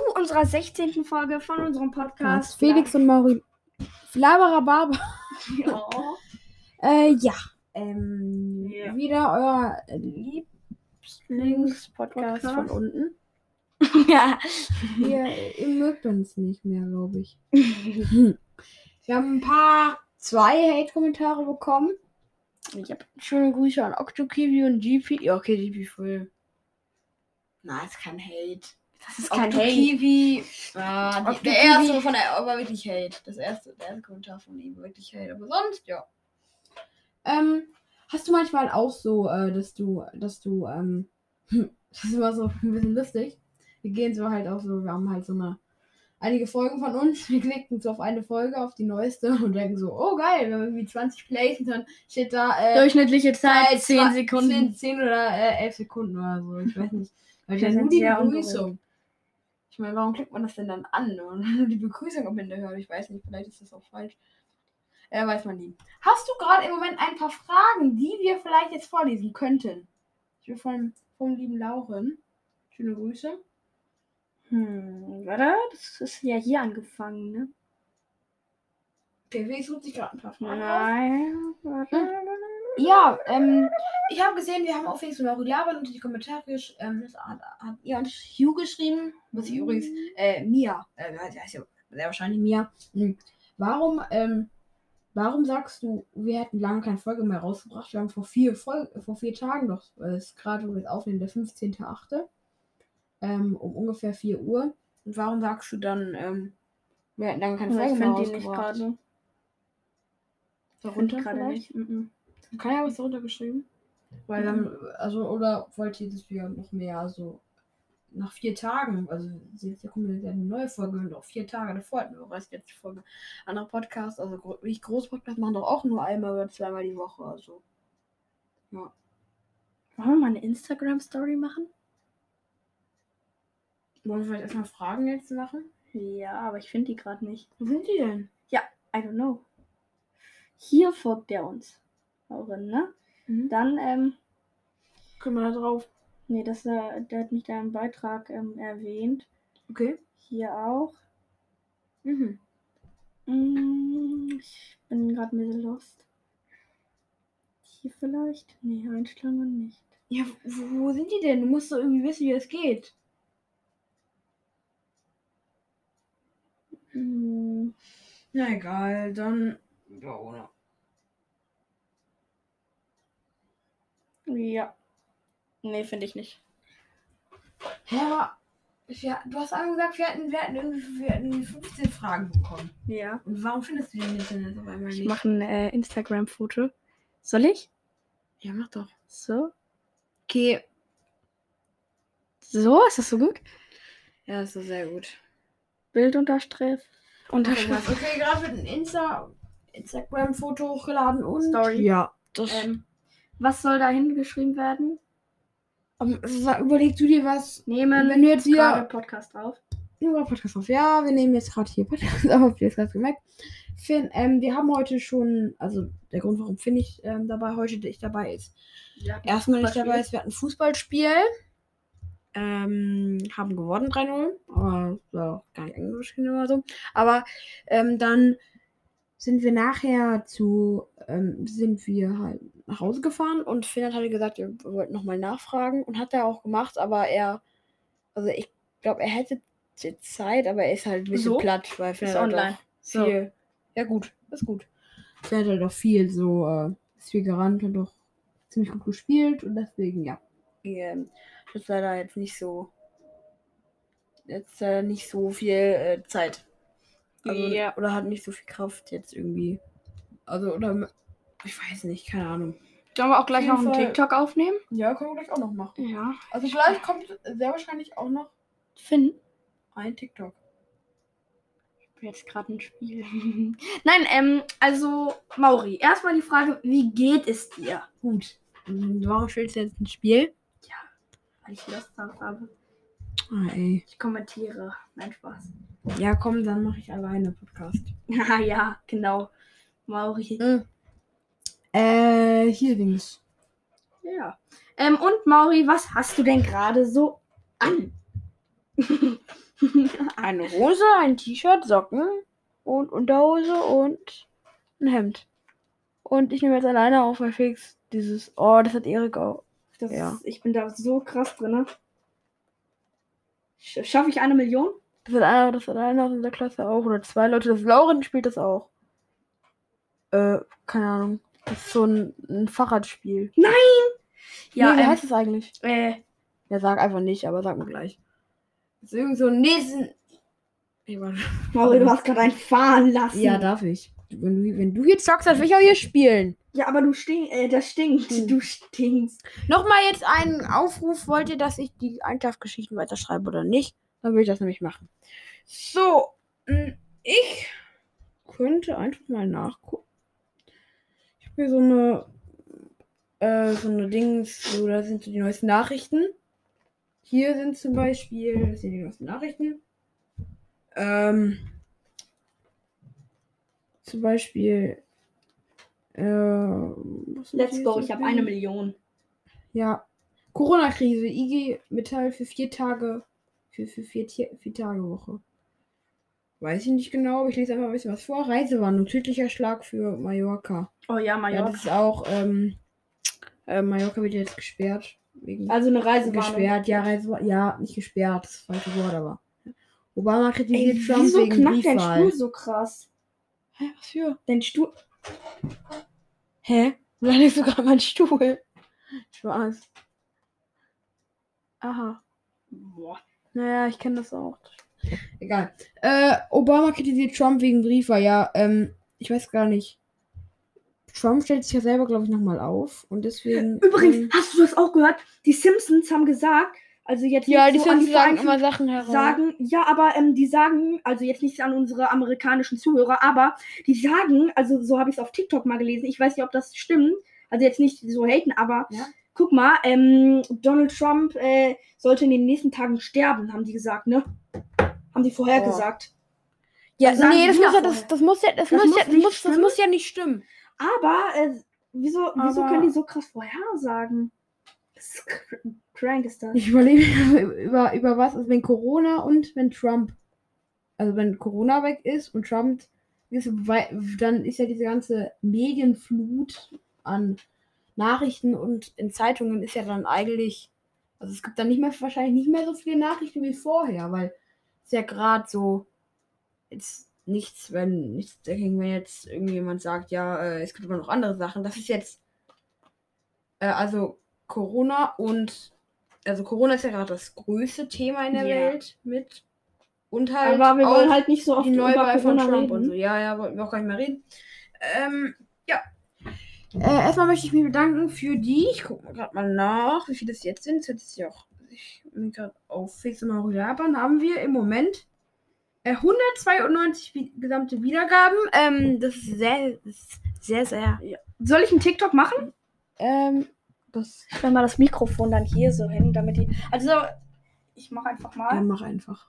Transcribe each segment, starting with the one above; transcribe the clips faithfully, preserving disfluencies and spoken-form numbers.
unserer sechzehnten Folge von unserem Podcast. Felix und Mauri. Flaberababa. Ja. äh, ja. Ähm, Ja. Wieder euer Lieblingspodcast Podcast. von unten. Ja. Ihr, ihr mögt uns nicht mehr, glaube ich. Wir haben ein paar, zwei Hate-Kommentare bekommen. Ich habe schöne Grüße an OctoKiwi und G P. Ja, okay, G P voll. Nein, ist kein Hate. Das ist kein Hate. OctoKiwi. Ah, die, OctoKiwi. der erste von der war wirklich Hate. Das erste, der erste Kommentar von ihm war wirklich Hate. Aber sonst, ja. Ähm, hast du manchmal auch so, äh, dass du, dass du, ähm, das ist immer so ein bisschen lustig. Wir gehen so halt auch so, wir haben halt so eine, einige Folgen von uns, wir klicken so auf eine Folge, auf die neueste und denken so, oh geil, wir haben irgendwie zwanzig Plays und dann steht da, äh, Durchschnittliche Zeit zehn zwei- Sekunden. zehn, zehn oder äh, elf Sekunden oder so, ich weiß nicht. Weil Wir ja sind nur die sehr Begrüßung. Ich meine, warum klickt man das denn dann an? Und nur die Begrüßung am Ende hört, ich weiß nicht, vielleicht ist das auch falsch. Äh, weiß man nie. Hast du gerade im Moment ein paar Fragen, die wir vielleicht jetzt vorlesen könnten? Ich will von, vom lieben Lauren. Schöne Grüße. Hm, warte, das ist ja hier angefangen, ne? P W sucht sich gerade ein paar Fragen aus. Nein, warte. Ja, ähm, ich habe gesehen, wir haben auf Facebook Mauri Labern unter die Kommentare gesch ähm, das hat, hat ihr und Hugh geschrieben, was ich übrigens, äh, Mia, äh, die heißt ja sehr wahrscheinlich Mia. Hm. Warum, ähm, warum sagst du, wir hätten lange keine Folge mehr rausgebracht? Wir haben vor vier Folgen, vor vier Tagen doch, äh, ist gerade, wo wir es aufnehmen, der fünfzehnten achte Ähm, um ungefähr vier Uhr. Und warum sagst du dann, ähm, wir hätten lange keine Ich Folge mehr finde die nicht rausgebracht? gerade. Darunter Gerade vielleicht? nicht. Mhm. Kann ja was darunter geschrieben? Weil dann, also, oder wollt ihr das wieder noch mehr, also nach vier Tagen, also jetzt kommt ja eine neue Folge, und auch vier Tage davor hatten wir auch erst jetzt die Folge. Andere Podcasts, also gro- ich Großpodcast machen doch auch nur einmal oder zweimal die Woche, also. Ja. Wollen wir mal eine Instagram-Story machen? Wollen wir vielleicht erstmal Fragen jetzt machen? Ja, aber ich finde die gerade nicht. Wo sind die denn? I don't know. Hier folgt der uns. Lauren, ne? Mhm. Dann, ähm, Können wir da drauf? nee, das, äh, der hat mich da im Beitrag ähm, erwähnt. Okay. Hier auch. Mhm. Mm, ich bin gerade ein bisschen lost. Hier vielleicht? Nee, Einstellungen nicht. Ja, wo, wo sind die denn? Du musst doch irgendwie wissen, wie das geht. Mm, Na egal, dann. Ja, oder? ja. Nee, finde ich nicht. Hä, aber. Ja, du hast einmal gesagt, wir hätten, wir hätten irgendwie wir hätten fünfzehn Fragen bekommen. Ja. Und warum findest du den Internet auf einmal Ich nicht? mache ein äh, Instagram-Foto. Soll ich? Ja, mach doch. So. Okay. So, ist das so gut? Ja, ist doch sehr gut. Bildunterstrich. Unterschrift. Okay, gerade wird ein Insta Instagram-Foto hochgeladen und. Story. Ja, das. Ähm, was soll da hingeschrieben werden? Ähm, sa- überleg du dir was. Nehmen Wenn du jetzt hier. gerade Podcast auf. Nur Podcast auf. Ja, wir nehmen jetzt gerade hier Podcast auf. Ihr habt gerade gemerkt. Finn, ähm, wir haben heute schon. Also, der Grund, warum Finn nicht ähm, dabei heute nicht dabei ist. Ja, Erstmal nicht dabei ist, wir hatten ein Fußballspiel. Ähm, haben gewonnen drei null. Aber ja, gar nicht angeschrieben oder so. Aber ähm, dann sind wir nachher zu, ähm, sind wir halt nach Hause gefahren und Finn hat halt gesagt, wir wollten nochmal nachfragen und hat er auch gemacht, aber er, also ich glaube, er hätte die Zeit, aber er ist halt ein bisschen So? platt, weil Finn Ist hat halt online. auch viel, ja gut, ist gut. Finn hat halt auch viel so, äh, ist viel gerannt und doch ziemlich gut gespielt und deswegen, ja. Ähm, das ist leider jetzt nicht so, jetzt äh, nicht so viel äh, Zeit. Also, Ja. oder hat nicht so viel Kraft jetzt irgendwie. Also, oder ich weiß nicht, keine Ahnung. Sollen wir auch gleich Auf noch jeden einen Fall. TikTok aufnehmen? Ja, können wir gleich auch noch machen. Ja. Also vielleicht kommt sehr wahrscheinlich auch noch Finn? ein TikTok. Ich bin jetzt gerade ein Spiel. Nein, ähm, also, Mauri, erstmal die Frage, wie geht es dir? Gut. Und warum spielst du jetzt ein Spiel? Weil ich Lust drauf habe. Ah, ey. Ich kommentiere. Nein, Spaß. Ja, komm, dann mache ich alleine Podcast. Ja, ja, genau. Mauri. Mhm. Äh, hier links. Ja. Ähm, und Mauri, was hast du denn gerade so an? Eine Hose, ein T-Shirt, Socken und Unterhose und ein Hemd. Und ich nehme jetzt alleine auf, weil Felix dieses. Oh, das hat Erik auch. Das Ja. ist, ich bin da so krass drin. Sch Schaffe ich eine Million? Das hat einer, das hat einer aus unserer Klasse auch. Oder zwei Leute. Das Lauren spielt das auch. Äh, keine Ahnung. Das ist so ein, ein Fahrradspiel. Nein! Ja, Ja, wie ähm, heißt das eigentlich? Äh, Ja, sag einfach nicht, aber sag mir gleich. Das ist irgend so ein nächsten. Ey, warte. Mauri, du hast gerade einen fahren lassen. Ja, darf ich. Wenn du, wenn du jetzt sagst, dann will ich auch hier spielen. Ja, aber du stinkst, äh, das stinkt. Hm. Du stinkst. Nochmal jetzt einen Aufruf. Wollt ihr, dass ich die Einschlafgeschichten weiterschreibe oder nicht? Dann will ich das nämlich machen. So, mh, ich könnte einfach mal nachgucken. Ich habe hier so eine, äh, so eine Dings, so, da sind so die neuesten Nachrichten. Hier sind zum Beispiel, das sind die neuesten Nachrichten. Ähm, zum Beispiel, äh, was sind Let's hier go, so ich habe Dinge? eine Million. Ja. Corona-Krise. I G Metall für vier Tage. Für, für vier, vier Tage Woche. Weiß ich nicht genau, aber ich lese einfach ein bisschen was vor. Reisewarnung. Tödlicher Schlag für Mallorca. Oh ja, Ja, Mallorca. das ist auch, ähm, äh, Mallorca wird jetzt gesperrt. Wegen Also eine Reisewarnung. gesperrt, ja, Reisewarnung. Ja, nicht gesperrt, das ist das falsche Wort, aber. Obama kritisiert Ey, Trump wieso wegen knackt dein Briefwahl. Stuhl so krass? Hä, was für? Dein Stuhl. Hä? Da legst du gerade meinen Stuhl. Spaß. Aha. Boah. Naja, ich kenne das auch. Egal. Äh, Obama kritisiert Trump wegen Briefwahl. Ja, ähm, ich weiß gar nicht. Trump stellt sich ja selber, glaube ich, nochmal auf. Und deswegen. Übrigens, ähm, hast du das auch gehört? Die Simpsons haben gesagt, also jetzt ja, die nicht so an Simpsons sagen Vereinigten- immer Sachen heraus. sagen, ja, aber ähm, die sagen, also jetzt nicht an unsere amerikanischen Zuhörer, aber die sagen, also so habe ich es auf TikTok mal gelesen, ich weiß nicht, ob das stimmt, also jetzt nicht so haten, aber Ja? guck mal, ähm, Donald Trump äh, sollte in den nächsten Tagen sterben, haben die gesagt, ne? Haben die vorher Oh. gesagt. Ja, Also sagen nee, die das wieder muss ja, das, vorher. das muss ja, das, Das muss muss ja, das nicht muss, das stimmen? muss ja nicht stimmen. Aber äh, wieso, wieso Aber- können die so krass vorhersagen? Das ist cr- crank ist das. Ich überlege über, über was ist, wenn Corona und wenn Trump, also wenn Corona weg ist und Trump ist, weil, dann ist ja diese ganze Medienflut an Nachrichten und in Zeitungen ist ja dann eigentlich, also es gibt dann nicht mehr, wahrscheinlich nicht mehr so viele Nachrichten wie vorher, weil es ja gerade so jetzt nichts, wenn nichts dagegen, wenn jetzt irgendjemand sagt, ja, äh, es gibt aber noch andere Sachen. Das ist jetzt, äh, also Corona und also Corona ist ja gerade das größte Thema in der Ja. Welt mit und halt Aber wir wollen auch halt nicht so oft die über Neuwahl von Corona Trump reden. und so. Ja, ja, wollten wir auch gar nicht mehr reden. Ähm, ja. Äh, erstmal möchte ich mich bedanken für die, ich gucke mal gerade mal nach, wie viele es jetzt sind. Das ist ja auch, ich bin gerade auf Fix und Mauro labern, haben wir im Moment äh, hundertzweiundneunzig wie, gesamte Wiedergaben. Ähm, das ist sehr, das ist sehr, sehr. Ja. Soll ich einen TikTok machen? Ähm, das. Ich stelle mal das Mikrofon dann hier so hin, damit die. Also, ich mache einfach mal. Ja, mach einfach.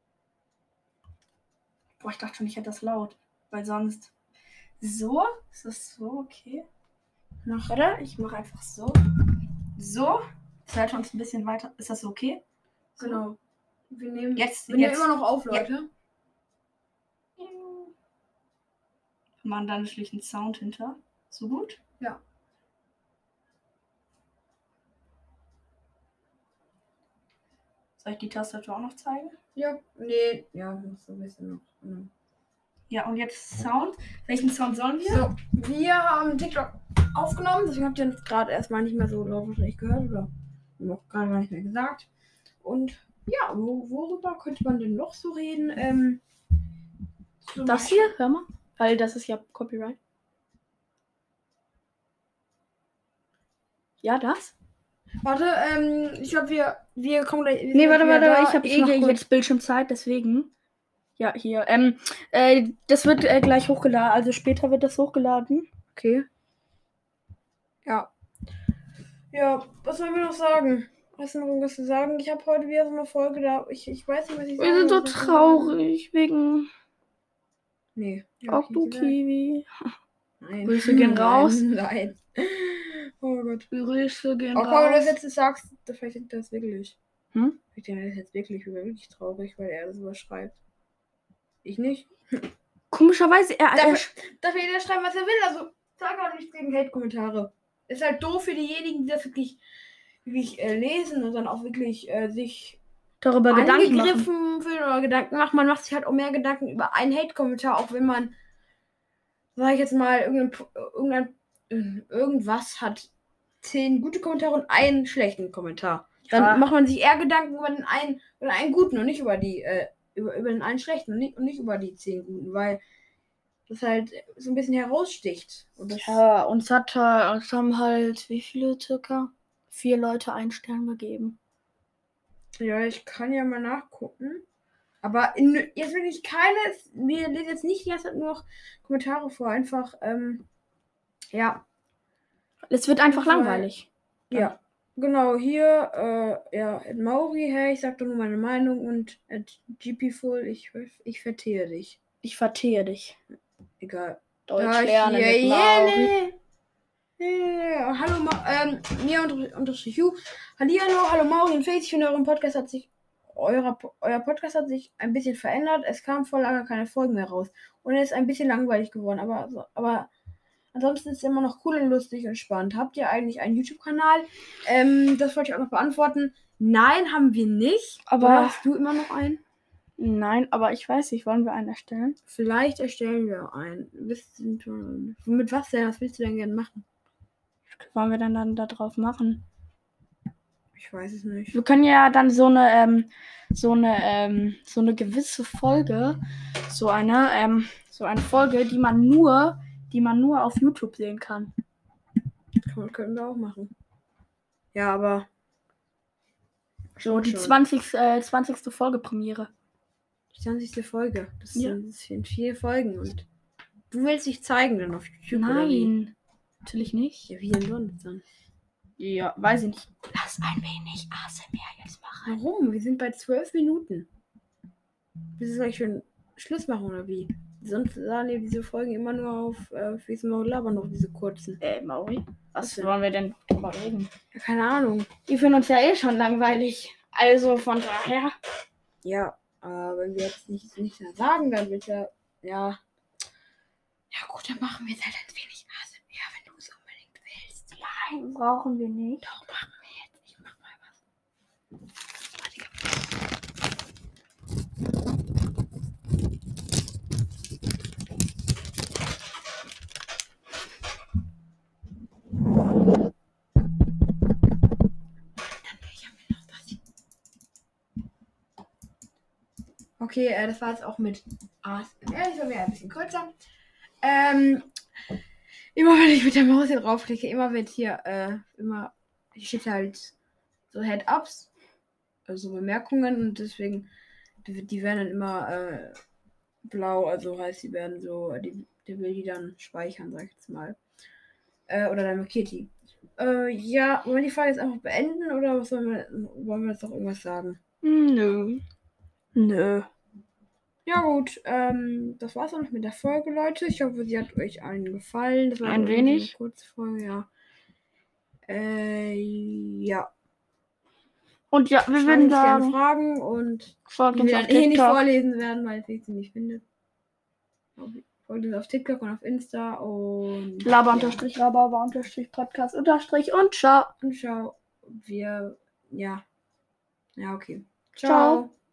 Boah, ich dachte schon, ich hätte das laut. Weil sonst. So? Ist das so okay? Mach. Warte, ich mache einfach so. So. Das hört uns ein bisschen weiter. Ist das okay? So. Genau. Wir nehmen. Jetzt, wir nehmen jetzt. immer noch auf, Ja. Leute. Wir machen da einen schlichten Sound hinter. So gut? Ja. Soll ich die Tastatur auch noch zeigen? Ja, nee, ja, muss so ein bisschen noch. Genau. Ja, und jetzt Sound. Welchen Sound sollen wir? So, wir haben TikTok aufgenommen, deswegen habt ihr uns gerade erstmal nicht mehr so laut wahrscheinlich gehört oder noch gerade gar nicht mehr gesagt. Und ja, wo, worüber könnte man denn noch so reden? Ähm, zum Das Beispiel- hier? Hör mal. Weil das ist ja Copyright. Ja, das? Warte, ähm, ich glaube, wir, wir kommen gleich. wir Nee, sind warte, wieder warte, da. ich habe Ich mach eh kurz- jetzt Bildschirmzeit, deswegen. Ja, hier. Ähm, äh, das wird äh, gleich hochgeladen. Also später wird das hochgeladen. Okay. Ja. Ja, was sollen wir noch sagen? Hast du noch irgendwas zu sagen? Ich habe heute wieder so eine Folge da. Ich, ich weiß nicht, was ich Wir sind so soll. traurig wegen Nee. hab ich nicht gesagt. Octo-Kiwi. Nein. Grüße gehen raus. Nein. Oh Gott. Grüße gehen Oh, komm, wenn du das raus. jetzt sagst, dann vielleicht ist das wirklich. Hm? Ich denke, er ist jetzt wirklich, wirklich traurig, weil er sowas schreibt. Ich nicht. Komischerweise, er, er Darf, darf jeder schreiben, was er will. Also, sag auch nichts gegen Hate-Kommentare. Ist halt doof für diejenigen, die das wirklich, wirklich äh, lesen und dann auch wirklich äh, sich darüber Gedanken machen. angegriffen fühlen oder Gedanken macht. Man macht sich halt auch mehr Gedanken über einen Hate-Kommentar, auch wenn man, sag ich jetzt mal, irgendein, irgendein, irgendwas hat zehn gute Kommentare und einen schlechten Kommentar. Dann Ja. macht man sich eher Gedanken über den einen, über den einen guten und nicht über die, äh, über, über den einen schlechten und nicht, und nicht über die zehn guten, weil das halt so ein bisschen heraussticht. Und das Ja, uns hat äh, uns haben halt wie viele circa? Vier Leute einen Stern gegeben. Ja, ich kann ja mal nachgucken. Aber in, jetzt will ich keine, wir lesen jetzt nicht die ganze Zeit nur noch Kommentare vor, einfach, ähm, ja. Es wird einfach Weil- langweilig. Ja, genau, hier, äh, ja, at Mauri, hey, ich sag doch nur meine Meinung und at GPFull, ich, ich vertehe dich. Ich vertehe dich. Egal. Deutsch Ah, lernen hier, mit hier, Mauri. Yeah. Hallo, Ma ähm, mir unter, unterstrich Hugh. Hallihallo, hallo Mauri und Faith. Ich finde, euren Podcast hat sich, euer, euer Podcast hat sich ein bisschen verändert. Es kam vor lange keine Folgen mehr raus. Und er ist ein bisschen langweilig geworden. Aber, aber ansonsten ist es immer noch cool und lustig und spannend. Habt ihr eigentlich einen YouTube-Kanal? Ähm, das wollte ich auch noch beantworten. Nein, haben wir nicht. Aber- Oder hast du immer noch einen? Nein, aber ich weiß nicht, wollen wir einen erstellen? Vielleicht erstellen wir einen. Wissen, mit was denn? Was willst du denn gerne machen? Was wollen wir denn dann da drauf machen? Ich weiß es nicht. Wir können ja dann so eine, ähm, so eine, ähm, so eine gewisse Folge, so eine, ähm, so eine Folge, die man nur, die man nur auf YouTube sehen kann. Kann, können wir auch machen. Ja, aber. So die schon. zwanzigste. Äh, zwanzigste Folge Premiere. Die zwanzigste Folge. Das Ja. sind, das sind vier Folgen und du willst dich zeigen dann auf YouTube oder wie? Nein, natürlich nicht. Ja, wie denn sonst dann? Ja, weiß ich nicht. Lass ein wenig A S M R jetzt machen. Warum? Wir sind bei zwölf Minuten. Willst du gleich schon Schluss machen oder wie? Sonst sahen ja diese Folgen immer nur auf äh, Facebook labern, noch diese kurzen. Äh, Mauri, was Was denn? wollen wir denn drüber reden? Ja, keine Ahnung. Wir finden uns ja eh schon langweilig. Also von daher. Ja, aber wenn wir jetzt nichts nicht mehr sagen, dann wird ja. Ja. Ja, gut, dann machen wir jetzt halt ein wenig A S M R, wenn du es unbedingt willst. Nein, brauchen wir nicht. Doch, machen wir jetzt. Ich mach mal was. Warte, ich hab- Dann ich hab mir noch was. Okay, äh, das war jetzt auch mit A S M R. Das war mir ein bisschen kürzer. Ähm, immer wenn ich mit der Maus hier draufklicke, immer wird hier, äh, immer, hier steht halt so Head-Ups, also Bemerkungen und deswegen, die, die werden dann immer äh, blau, also heißt, die werden so, die, der will die dann speichern, sag ich jetzt mal. Äh, oder dann markiert die. Äh, ja, wollen wir die Frage jetzt einfach beenden oder was sollen wir, wollen wir jetzt noch irgendwas sagen? Nö. Nö. Ja gut, ähm, das war's dann mit der Folge, Leute. Ich hoffe, sie hat euch allen gefallen. Das war Ein irgendwie wenig. eine kurze Folge, ja. Äh, ja. Und ja, wir Schreibt würden uns gerne sagen, Fragen und folgt die uns wir auf dann eh nicht TikTok. vorlesen werden, weil ich sie nicht finde. Folgt uns auf TikTok und auf Insta und Laber ja. unterstrich, Laber unterstrich, Podcast unterstrich und ciao. Und ciao. Wir, ja. Ja, okay. Ciao. Ciao.